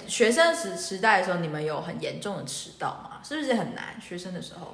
学生时代的时候，你们有很严重的迟到吗？是不是很难？学生的时候？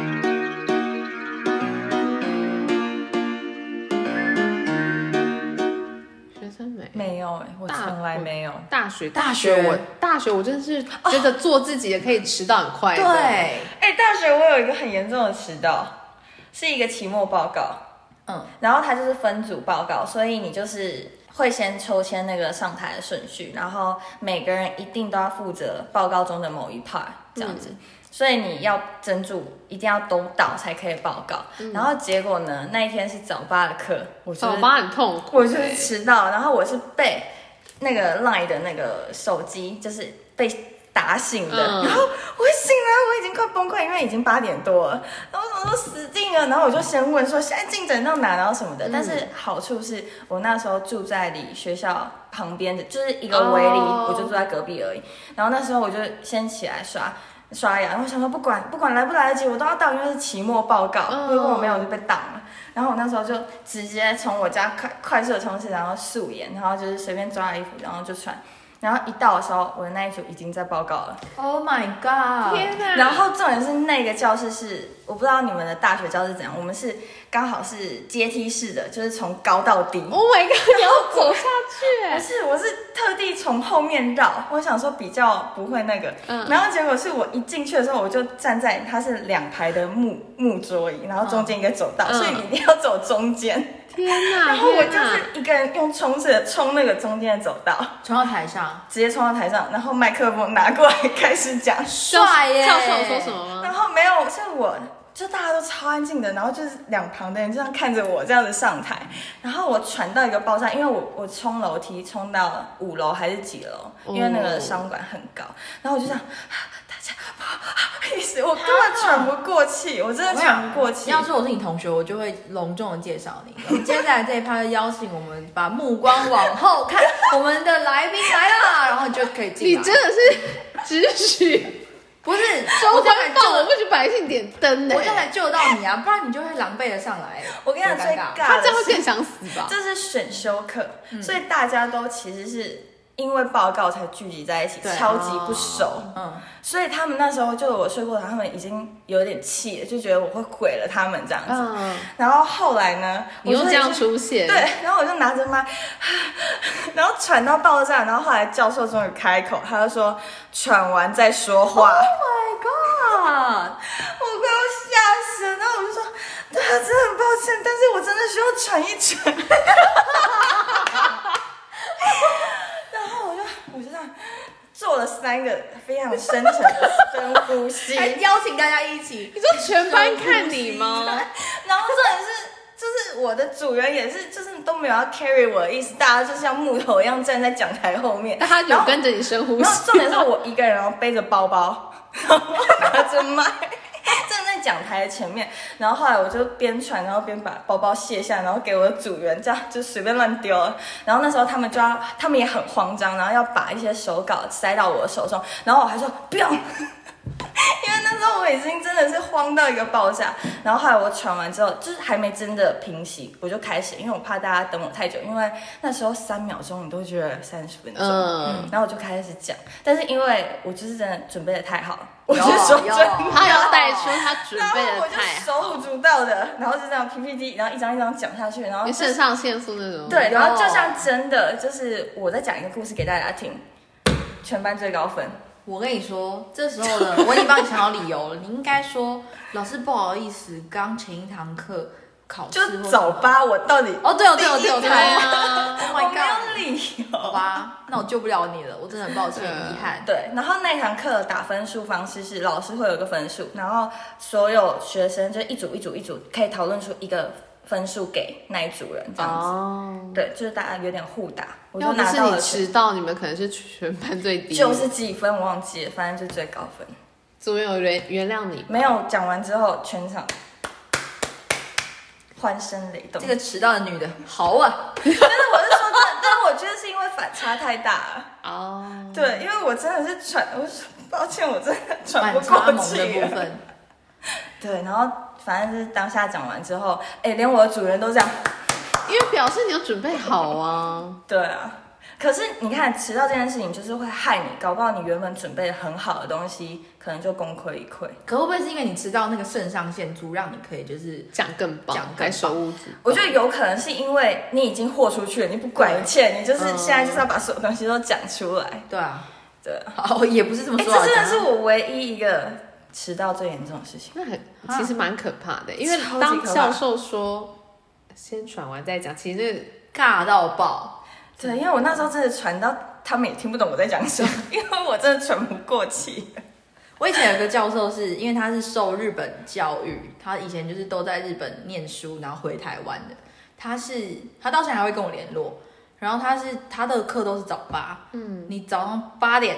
学生没有我从来没有。 大学我真的是觉得做自己也可以迟到很快乐。 对， 大学我有一个很严重的迟到，是一个期末报告。然后它就是分组报告，所以你就是会先抽签那个上台的顺序，然后每个人一定都要负责报告中的某一 part 这样子。所以你要整组一定要都到才可以报告。然后结果呢，那一天是早八的课， 早八很痛苦， 我就是迟到，然后我是被那个 LINE 的那个手机就是被打醒的，然后我醒来，我已经快崩溃，因为已经8点多了，然后我说死定了，然后我就先问说现在进展到哪，然后什么的。但是好处是我那时候住在离学校旁边的，就是一个围篱，我就住在隔壁而已。然后那时候我就先起来刷牙，然后我想说不管来不来得及，我都要到，因为是期末报告，如果我没有就被挡了。然后我那时候就直接从我家快速的冲刺，然后素颜，然后就是随便抓了衣服，然后就穿。然后一到的时候，我的那一组已经在报告了。 Oh my god！ 天哪！ 然后重点是那个教室是，我不知道你们的大学教室怎样，我们是刚好是阶梯式的，就是从高到低。 Oh my god！ 你要走下去？ 不是，我是特地从后面绕，我想说比较不会那个。然后结果是我一进去的时候，我就站在它是2排的木桌椅，然后中间一个走道，所以你一定要走中间。 天哪！ 然后我就是一个人用冲刺的冲那个中间的走道， 冲到台上， 直接冲到台上，然后麦克风拿过来开始讲。 帅耶！ 教授有说什么吗？ 然后没有，是就大家都超安静的，然后就是两旁的人就这样看着我这样子上台，然后我喘到一个爆炸，因为我冲楼梯冲到5楼还是几楼，因为那个商管很高，然后我就这样，大家不好意思，我根本喘不过气，我真的喘不过气。 要是我是你同学，我就会隆重的介绍你。我们接下来这一趴邀请我们把目光往后看，我们的来宾来啦，然后你就可以进来。 你真的是只许。 不是周官放，我不许百姓点灯呢。 我就来救到你啊，不然你就会狼狈的上来。 我跟你讲，最尬的他这样会更想死吧？ 这是选修课，所以大家都其实是因为报告才聚集在一起，超级不熟。所以他们那时候就我睡过头，他们已经有点气了，就觉得我会毁了他们这样子。然后后来呢， 你又这样出现， 对，然后我就拿着麦，然后喘到爆炸，然后后来教授终于开口，他就说喘完再说话。 Oh my god！ 我快要吓死了，然后我就说，对啊，真的很抱歉，但是我真的需要喘一喘。然后我就这样做了3个非常深沉的深呼吸， 还邀请大家一起。 你说全班看你吗？ 然后重点是，就是我的组员也是，就是都没有要 carry 我的意思，大家就像木头一样站在讲台后面。 但他有跟着你深呼吸。 然后重点是我一个人，然后背着包包，然后拿着麦。站在讲台的前面，然后后来我就边传，然后边把包包卸下，然后给我的组员，这样就随便乱丢了。然后那时候他们也很慌张，然后要把一些手稿塞到我的手中，然后我还说不用，因为那时候我已经真的是慌到一个爆炸。然后后来我传完之后，就是还没真的平息，我就开始，因为我怕大家等我太久，因为那时候3秒钟你都觉得30分钟，然后我就开始讲，但是因为我就是真的准备的太好了。我是说真的， 他要带出他准备的太好， 然后我就手舞足蹈的，然后就这样 PPT， 然后一张一张讲下去，然后你肾上腺素那种。 对，然后就像真的，就是我在讲一个故事给大家听，全班最高分。 我跟你说，这时候呢，我已经帮你想好理由了。你应该说，老师不好意思，刚前一堂课考试就早八，我到底对啊 ，Oh my god， 我没有理由。 好吧，那我救不了你了，我真的很抱歉，遗憾。 对，然后那堂课的打分数方式是老师会有一个分数，然后所有学生就一组可以讨论出一个分数给那一组人这样子。对，就是大家有点互打，我就拿到了。 要不是你迟到，你们可能是全班最低。 就是几分我忘记了，反正就最高分。 组员有原谅你？ 没有，讲完之后全场欢声雷动。 这个迟到的女的好啊！ 但是我是说真的，但是我觉得是因为反差太大了。对，因为我真的是抱歉，我真的喘不过气的部分。 对，然后反正就是当下讲完之后，连我的主人都这样， 因为表示你有准备好啊。 对啊， 可是你看，迟到这件事情就是会害你，搞不好你原本准备很好的东西，可能就功亏一篑。 可会不会是因为你迟到那个肾上腺素，让你可以就是讲更棒，还手舞足蹈？ 我觉得有可能是因为你已经豁出去了，你不管一切，你就是现在就是要把所有东西都讲出来。 对啊， 对， 好，也不是这么说啊。 这真的是我唯一一个迟到最严重的事情。 那其实蛮可怕的，因为当教授说先传完再讲，其实那个尬到爆。 对，因为我那时候真的传到他们也听不懂我在讲什么，因为我真的喘不过气。 我以前有个教授是因为他是受日本教育，他以前就是都在日本念书，然后回台湾的。他到现在还会跟我联络，然后他的课都是早八，你早上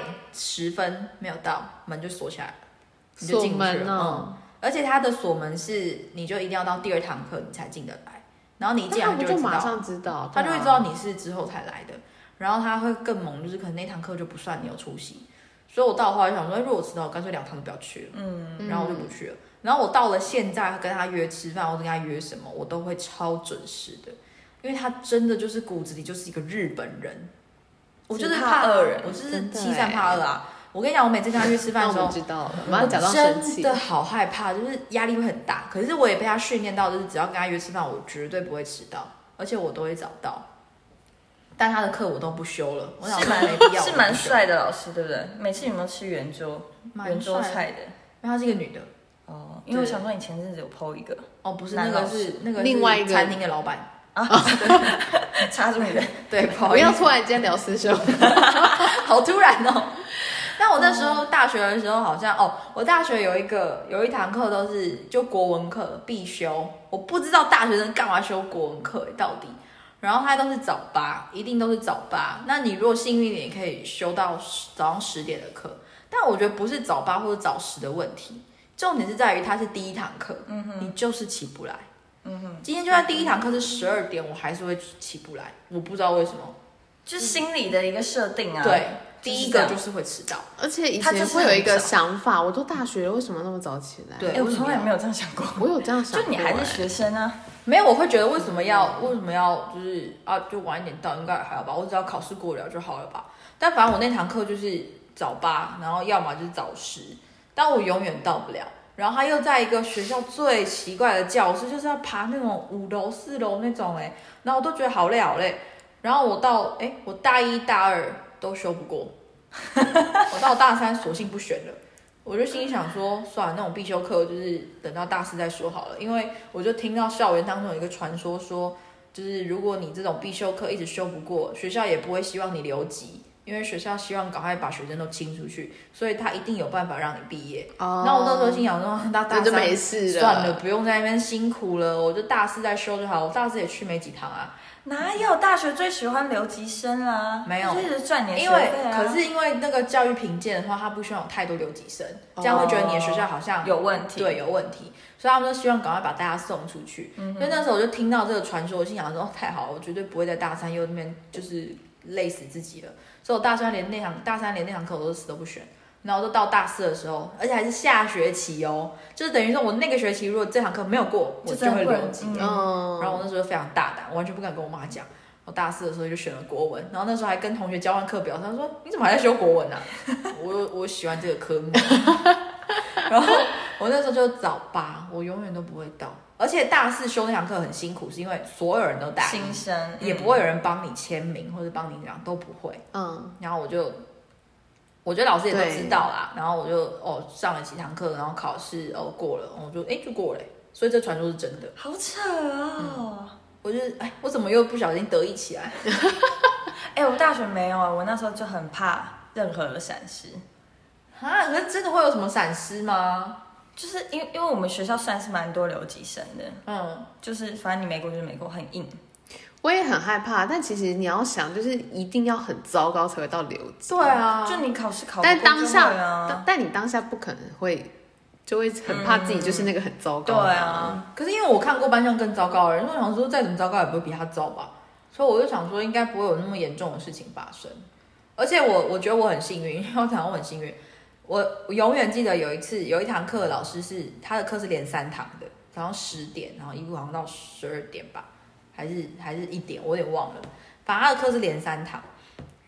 8:10没有到，门就锁起来了，你就进不去了。而且他的锁门是你就一定要到第2堂课你才进得来，然后你一进来就马上知道， 他就会知道你是之后才来的，然后他会更猛，就是可能那堂课就不算你有出席。所以我到后来就想说，如果我迟到，我干脆2堂都不要去了，然后我就不去了。然后我到了现在跟他约吃饭，或者跟他约什么，我都会超准时的，因为他真的就是骨子里就是一个日本人，我就是怕恶人，我就是欺善怕恶啊。我跟你讲，我每次跟他约吃饭的时候， 我知道了，我真的好害怕，就是压力会很大。可是我也被他训练到，就是只要跟他约吃饭，我绝对不会迟到，而且我都会早到。但他的课我都不修了，我想没必要。 是蛮帅的老师，对不对？每次有没有吃圆桌菜的？ 因为她是一个女的。 哦，因为我想说你前阵子有 PO 一个。 哦，不是，那个是另外一个餐厅的老板啊。插住你的。 对， 不要突然间聊私生活， 好突然哦。但我那时候大学的时候好像我大学有一堂课都是就国文课必修，我不知道大学生干嘛修国文课到底。然后它都是早八，一定都是早八。那你如果幸运一点，也可以修到早上10点的课。但我觉得不是早八或者早10的问题，重点是在于它是第1堂课，你就是起不来。今天就算第1堂课是12点，我还是会起不来，我不知道为什么， 就是心理的一个设定啊。 对。第一个就是会迟到， 而且以前会有一个想法，我都大学了，为什么那么早起来？ 对， 我从来没有这样想过。 我有这样想过， 就你还是学生啊？ 没有，我会觉得为什么要就是就晚一点到，应该还好吧？我只要考试过了就好了吧？但反正我那堂课就是早八，然后要么就是早10，但我永远到不了。然后他又在一个学校最奇怪的教室，就是要爬那种5楼4楼那种然后我都觉得好累好累。然后我大1大2都修不过，我到大3索性不选了。我就心里想说，算了，那种必修课就是等到大4再说好了。因为我就听到校园当中有一个传说说，就是如果你这种必修课一直修不过，学校也不会希望你留级，因为学校希望赶快把学生都清出去，所以他一定有办法让你毕业。那我那时候心想说，大3 就没事了， 算了，不用在那边辛苦了，我就大4再修就好。我大4也去没几堂啊。 哪有大学最喜欢留级生啊？ 没有， 就是赚你的学费啊。 可是因为那个教育评鉴的话，他不希望有太多留级生，这样会觉得你的学校好像有问题。 对，有问题，所以他们都希望赶快把大家送出去。所以那时候我就听到这个传说，我心想说，太好了，我绝对不会在大3又那边就是累死自己了。所以我大3连那堂课我都死都不选。然后都到大4的时候，而且还是下学期就是等于说我那个学期如果这堂课没有过，我就会留级。然后我那时候非常大胆，我完全不敢跟我妈讲。我大4的时候就选了国文，然后那时候还跟同学交换课表，他说你怎么还在修国文啊？我喜欢这个科目。然后我那时候就早8，我永远都不会到。而且大4修那堂课很辛苦，是因为所有人都大1， 新生也不会有人帮你签名或者帮你讲，都不会。然后我觉得老师也都知道啦，然后我就上了几堂课，然后考试过了，我就过了，所以这传说是真的。 好扯哦！ 我就我怎么又不小心得意起来？ 我大学没有我那时候就很怕任何的闪失啊！可是真的会有什么闪失吗？ 就是因为我们学校算是蛮多留级生的，就是反正你没过就是没过，很硬。 我也很害怕，但其实你要想，就是一定要很糟糕才会到留级。 对啊， 就你考试考不过但你当下不可能会，就会很怕自己就是那个很糟糕的。 对啊， 可是因为我看过班上更糟糕的人，我想说再怎么糟糕也不会比他糟吧，所以我就想说应该不会有那么严重的事情发生。而且我觉得我很幸运，因为我讲我很幸运，我永远记得有一堂课，老师是他的课是连3堂的，早上10点，然后一路好像到12点吧。还是1点，我有点忘了。反正他的课是连3堂，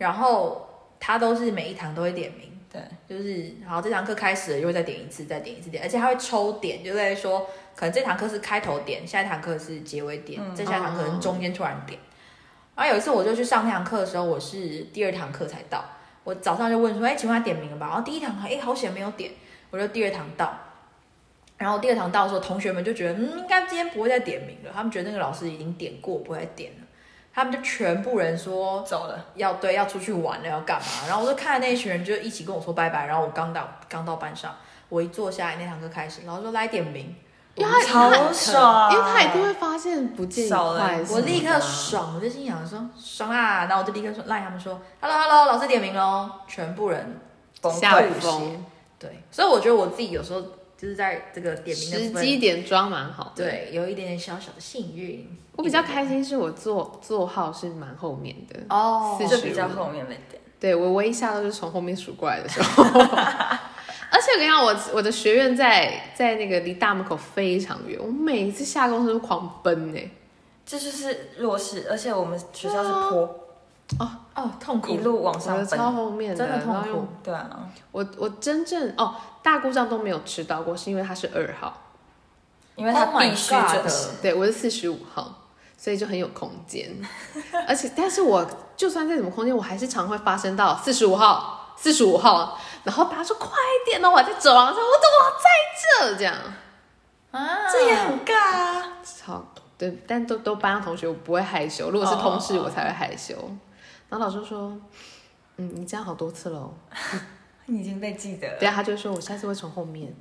然后他都是每一堂都会点名。 对， 就是好，这堂课开始了，又会再点一次，再点一次点，而且他会抽点，就在说，可能这堂课是开头点，下一堂课是结尾点，再下一堂课是中间突然点。然后有一次我就去上那堂课的时候，我是第2堂课才到，我早上就问说，请问他点名了吧？然后第1堂好险没有点，我就第2堂到。然后第2堂到的时候，同学们就觉得，应该今天不会再点名了，他们觉得那个老师已经点过，不会再点了。他们就全部人说走了， 要出去玩了，要干嘛？然后我就看着那一群人就一起跟我说拜拜。然后我刚到班上，我一坐下来，那堂课开始，老师说来点名， 因为超爽， 因为他一定会发现不见一块， 我立刻爽，我就心想说爽啊！然后我就立刻说赖他们说 hello， 老师点名喽，全部人下风。 对，所以我觉得我自己有时候就是在这个点名的部分时机点抓蛮好的， 对，有一点点小小的幸运。 我比较开心是我座号是蛮后面的哦， 就比较后面的点。 对，我唯一下都是从后面数过来的时候。而且我跟你讲，我的学院在那个离大门口非常远，我每一次下公车都狂奔呢。 这就是弱势，而且我们学校是坡， 痛苦， 一路往上奔， 超后面的， 真的痛苦。 对啊， 我真正大故障都没有迟到过，是因为他是2号， 因为他必须准时。 对，我是45号。所以就很有空间，但是我就算再怎么空间，我还是常会发生到45号，然后大家说快一点哦，我在走廊上，我在这样啊， 这也很尬啊。 超对，但都班上同学，我不会害羞，如果是同事我才会害羞。然后老师说，你这样好多次了， 你已经被记得了。 对啊，他就说我下次会从后面。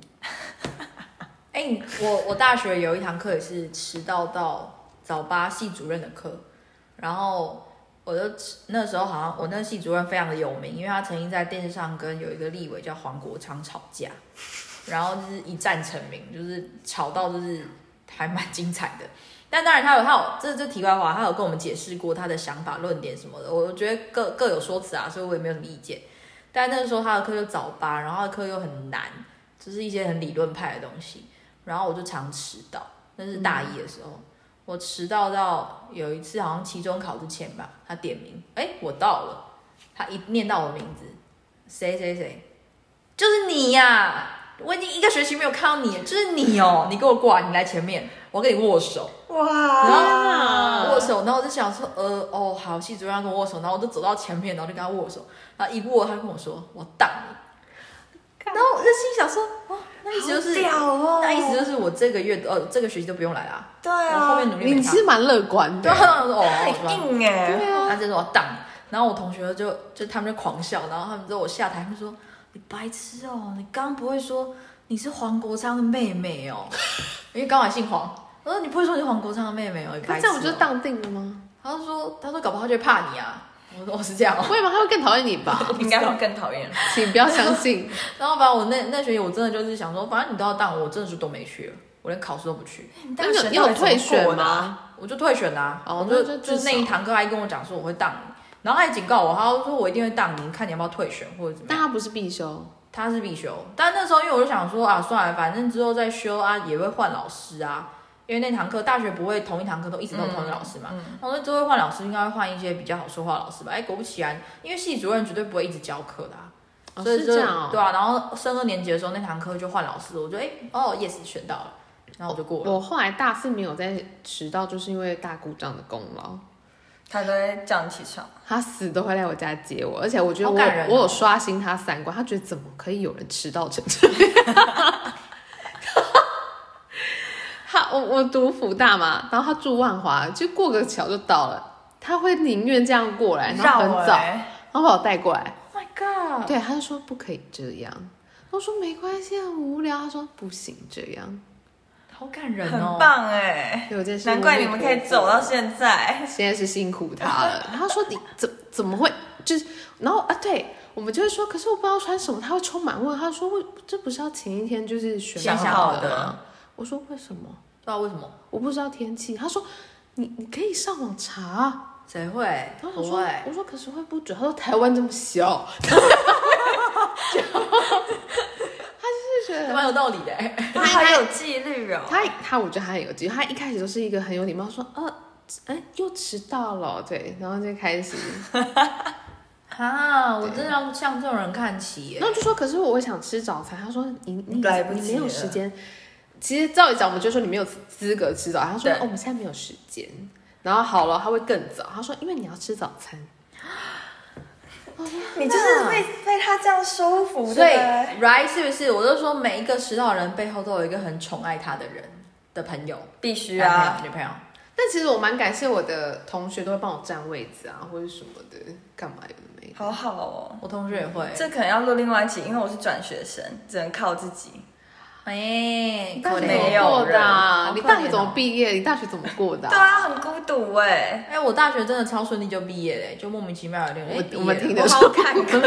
我大学有一堂课也是迟到早8系主任的课，然后我就那时候好像我那个系主任非常的有名，因为他曾经在电视上跟有一个立委叫黄国昌吵架，然后就是一战成名，就是吵到就是还蛮精彩的。但当然他有这题外话，他有跟我们解释过他的想法论点什么的，我觉得各有说辞啊，所以我也没有什么意见。但那个时候他的课就早8，然后他的课又很难，就是一些很理论派的东西，然后我就常迟到，那是大1的时候。我迟到有一次好像期中考之前吧，他点名，我到了，他一念到我的名字，谁，就是你呀！我已经1个学期没有看到你了，就是你哦，你给我过来，你来前面，我要跟你握手。 哇！ 然后握手，然后我就想说，好，系主任要跟我握手，然后我就走到前面，然后就跟他握手，然后一握，他跟我说我当你。然后我就心想说，那意思就是，那意思就是我这个月这个学期都不用来啦。 对啊， 我后面努力。 你其实蛮乐观的。 对啊，我说很硬哎。 对啊， 他就说我当你，然后我同学就他们就狂笑，然后他们之后我下台，他们说你白痴哦，你刚刚不会说你是黄国昌的妹妹哦，因为刚好姓黄。我说你不会说你是黄国昌的妹妹哦，你白痴哦。 这样我就当定了吗？ 他说搞不好他就会怕你啊。我说是这样哦， 会吗？他会更讨厌你吧？ 应该会更讨厌， 请不要相信。 然后反正我那学期我真的就是想说，反正你都要当我真的是都没去了，我连考试都不去。 那你有退选吗？ 我就退选啦。我就那一堂课，他跟我讲说我会当你，然后他还警告我，他说我一定会当你，看你要不要退选或者怎么样。 但他不是必修， 他是必修。但那时候因为我就想说啊，算了，反正之后再修啊，也会换老师啊。因为那堂课大学不会同一堂课都一直都有同一个老师嘛，然后之后会换老师，应该会换一些比较好说话的老师吧。果不其然，因为系主任绝对不会一直教课的所以是这样对啊。然后升2年级的时候，那堂课就换老师，我就yes 选到了，然后我就过了。 我后来大4没有再迟到，就是因为大故障的功劳。 他都会叫你起床， 他死都会来我家接我，而且我觉得我有刷新他3观，他觉得怎么可以有人迟到成这样。我读辅大嘛，然后他住万华，就过个桥就到了。他会宁愿这样过来，然后很早，然后把我带过来。 Oh my god！ 对，他就说不可以这样。我说没关系，很无聊。他说不行这样， 好感人哦，很棒哎！难怪你们可以走到现在。 现在是辛苦他了。他说你怎么会就是，然后对。我们就会说，可是我不知道穿什么，他会充满问。他说这不是要前一天就是选好的吗？我说为什么？ 不知道为什么， 我不知道天气。他说你可以上网查。 谁会？ 然后我说可是会不准。他说台湾这么小，他就是觉得蛮有道理的。 他很有纪律哦。 我觉得他很有纪律。他一开始都是一个很有礼貌，说又迟到了，对，然后就开始。 啊，我真的要向这种人看齐耶。 然后就说，可是我想吃早餐。他说你来不及了你没有时间。其实照理讲，我们就说你没有资格吃早餐。他说我们现在没有时间。然后好了，他会更早。他说因为你要吃早餐。 你就是被他这样收服的， 所以 right 是不是？我就说每一个迟到的人背后都有一个很宠爱他的人的朋友， 必须啊， 女朋友。 但其实我蛮感谢我的同学都会帮我占位置啊，或者什么的，干嘛有的没的。 好好哦。 我同学也会， 这可能要录另外一集，因为我是转学生，只能靠自己。 哎， 大学没有怎么过的啊？ 人你大学怎么毕业？你大学怎么过的对啊，很孤独哎。 哎，我大学真的超顺利就毕业嘞，就莫名其妙有点我们听我得出好坎坷。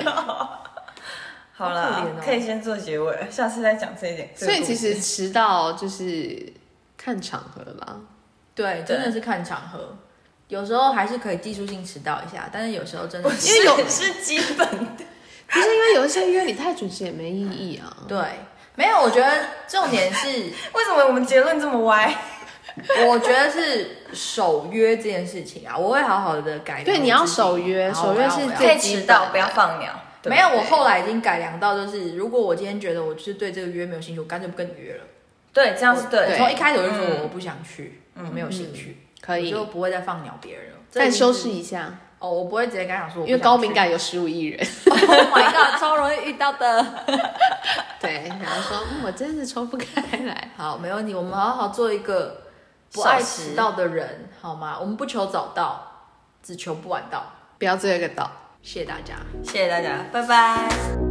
好好了可怜哦， 可以先做结尾了，下次再讲这一点。 所以其实迟到就是看场合啦。 对，真的是看场合。有时候还是可以技术性迟到一下，但是有时候真的因为有是基本的， 不是因为有一些约你太准时也没意义啊。 对，没有。我觉得重点是， 为什么我们结论这么歪？ 我觉得是守约这件事情啊，我会好好的改。 对，你要守约， 然后守约是我要可以最基本迟到， 的不要放鸟。对没有，我后来已经改良到，就是如果我今天觉得我就是对这个约没有兴趣，我干脆不跟你约了。 对，这样是对的。 从一开始我就说我不想去，我没有兴趣， 可以我就不会再放鸟别人了。 但修饰一下， 哦，我不会直接跟他讲说我不想去， 因为高敏感有15亿人。 Oh my god， 超容易遇到的。 对，然后说我真是抽不开来。 好，没问题，我们好好做一个不爱迟到的人，好吗？我们不求早到，只求不晚到。 不要最后一个到。 谢谢大家。 谢谢大家，拜拜。